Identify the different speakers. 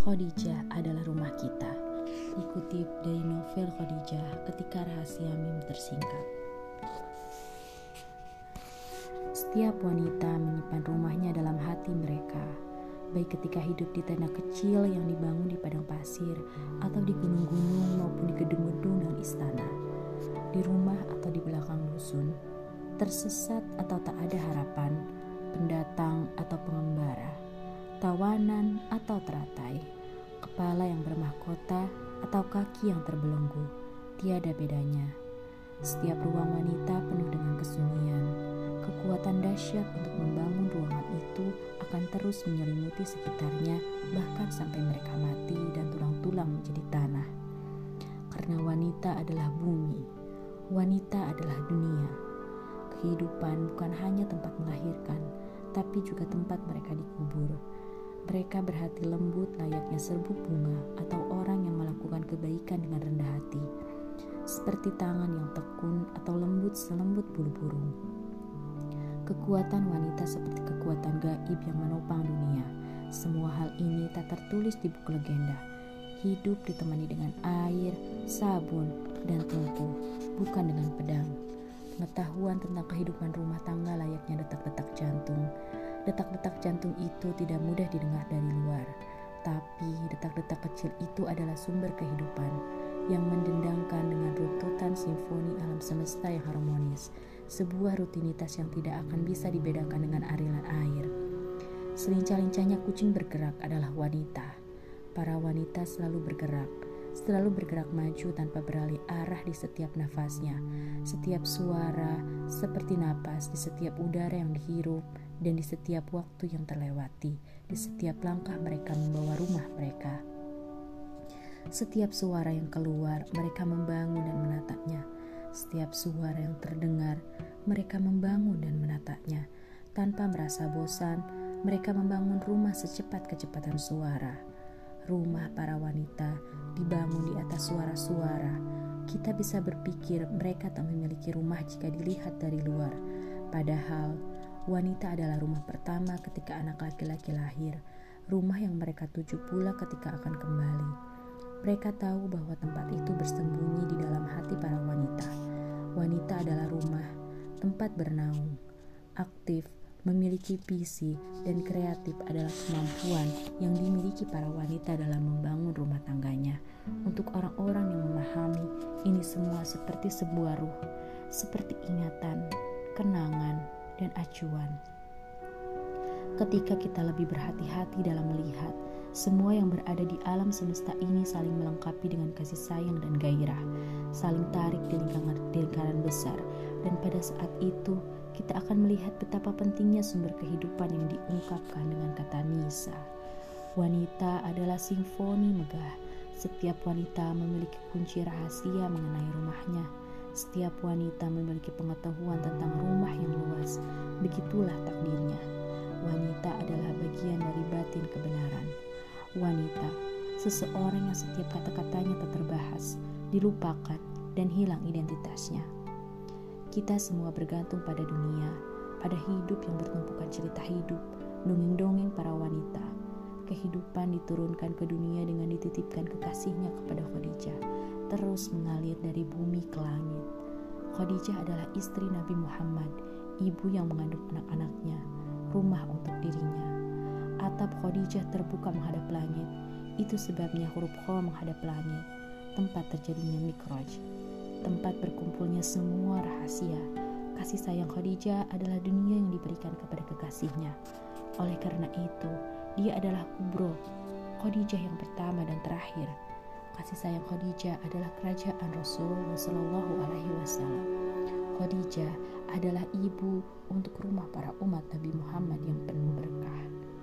Speaker 1: Khadijah adalah rumah kita. Dikutip dari novel Khadijah, Ketika Rahasia Mim Tersingkap. Setiap wanita menyimpan rumahnya dalam hati mereka, baik ketika hidup di tenda kecil yang dibangun di padang pasir, atau di gunung-gunung maupun di gedung-gedung dan istana, di rumah atau di belakang dusun, tersesat atau tak ada harapan, pendatang atau pengembara, tawanan atau teratai, kepala yang bermahkota atau kaki yang terbelenggu, tiada bedanya. Setiap ruang wanita penuh dengan kesunyian. Kekuatan dahsyat untuk membangun ruangan itu akan terus menyelimuti sekitarnya, bahkan sampai mereka mati dan tulang-tulang menjadi tanah. Karena wanita adalah bumi, wanita adalah dunia. Kehidupan bukan hanya tempat melahirkan, tapi juga tempat mereka dikubur. Mereka berhati lembut layaknya serbuk bunga atau orang yang melakukan kebaikan dengan rendah hati, seperti tangan yang tekun atau lembut selembut bulu burung. Kekuatan wanita seperti kekuatan gaib yang menopang dunia. Semua hal ini tak tertulis di buku legenda. Hidup ditemani dengan air, sabun, dan tungku, bukan dengan pedang. Pengetahuan tentang kehidupan rumah tangga layaknya detak-detak jantung. Detak-detak jantung itu tidak mudah didengar dari luar, tapi detak-detak kecil itu adalah sumber kehidupan yang mendendangkan dengan runtutan simfoni alam semesta yang harmonis, sebuah rutinitas yang tidak akan bisa dibedakan dengan arilan air. Selincah-lincahnya kucing bergerak adalah wanita. Para wanita selalu bergerak maju tanpa beralih arah di setiap nafasnya. Setiap suara seperti napas di setiap udara yang dihirup dan di setiap waktu yang terlewati, di setiap langkah mereka membawa rumah mereka. Setiap suara yang keluar, mereka membangun dan menatapnya. Setiap suara yang terdengar, mereka membangun dan menatapnya. Tanpa merasa bosan, mereka membangun rumah secepat kecepatan suara. Rumah para wanita dibangun di atas suara-suara. Kita bisa berpikir mereka tak memiliki rumah jika dilihat dari luar. Padahal, wanita adalah rumah pertama ketika anak laki-laki lahir. Rumah yang mereka tuju pula ketika akan kembali. Mereka tahu bahwa tempat itu bersembunyi di dalam hati para wanita. Wanita adalah rumah, tempat bernaung, aktif, memiliki visi, dan kreatif adalah kemampuan yang dimiliki para wanita dalam membangun rumah tangganya. Untuk orang-orang yang memahami, ini semua seperti sebuah ruh, seperti ingatan, kenangan, dan acuan. Ketika kita lebih berhati-hati dalam melihat, semua yang berada di alam semesta ini saling melengkapi dengan kasih sayang dan gairah, saling tarik di lingkaran besar, dan pada saat itu kita akan melihat betapa pentingnya sumber kehidupan yang diungkapkan dengan kata Nisa. Wanita adalah simfoni megah. Setiap wanita memiliki kunci rahasia mengenai rumahnya. Setiap wanita memiliki pengetahuan tentang rumah yang luas. Begitulah takdirnya. Wanita adalah bagian dari batin kebenaran. Wanita, seseorang yang setiap kata-katanya tak terbahas, dilupakan, dan hilang identitasnya. Kita semua bergantung pada dunia, pada hidup yang bertumpukan cerita hidup, dongeng-dongeng para wanita. Kehidupan diturunkan ke dunia dengan dititipkan kekasihnya kepada Khadijah, terus mengalir dari bumi ke langit. Khadijah adalah istri Nabi Muhammad, ibu yang mengandung anak-anaknya, rumah untuk dirinya. Atap Khadijah terbuka menghadap langit. Itu sebabnya huruf Kha menghadap langit, tempat terjadinya Mikraj, tempat berkumpulnya semua rahasia. Kasih sayang Khadijah adalah dunia yang diberikan kepada kekasihnya. Oleh karena itu, dia adalah Kubro, Khadijah yang pertama dan terakhir. Kasih sayang Khadijah adalah kerajaan Rasulullah SAW. Khadijah adalah ibu untuk rumah para umat Nabi Muhammad yang penuh berkah.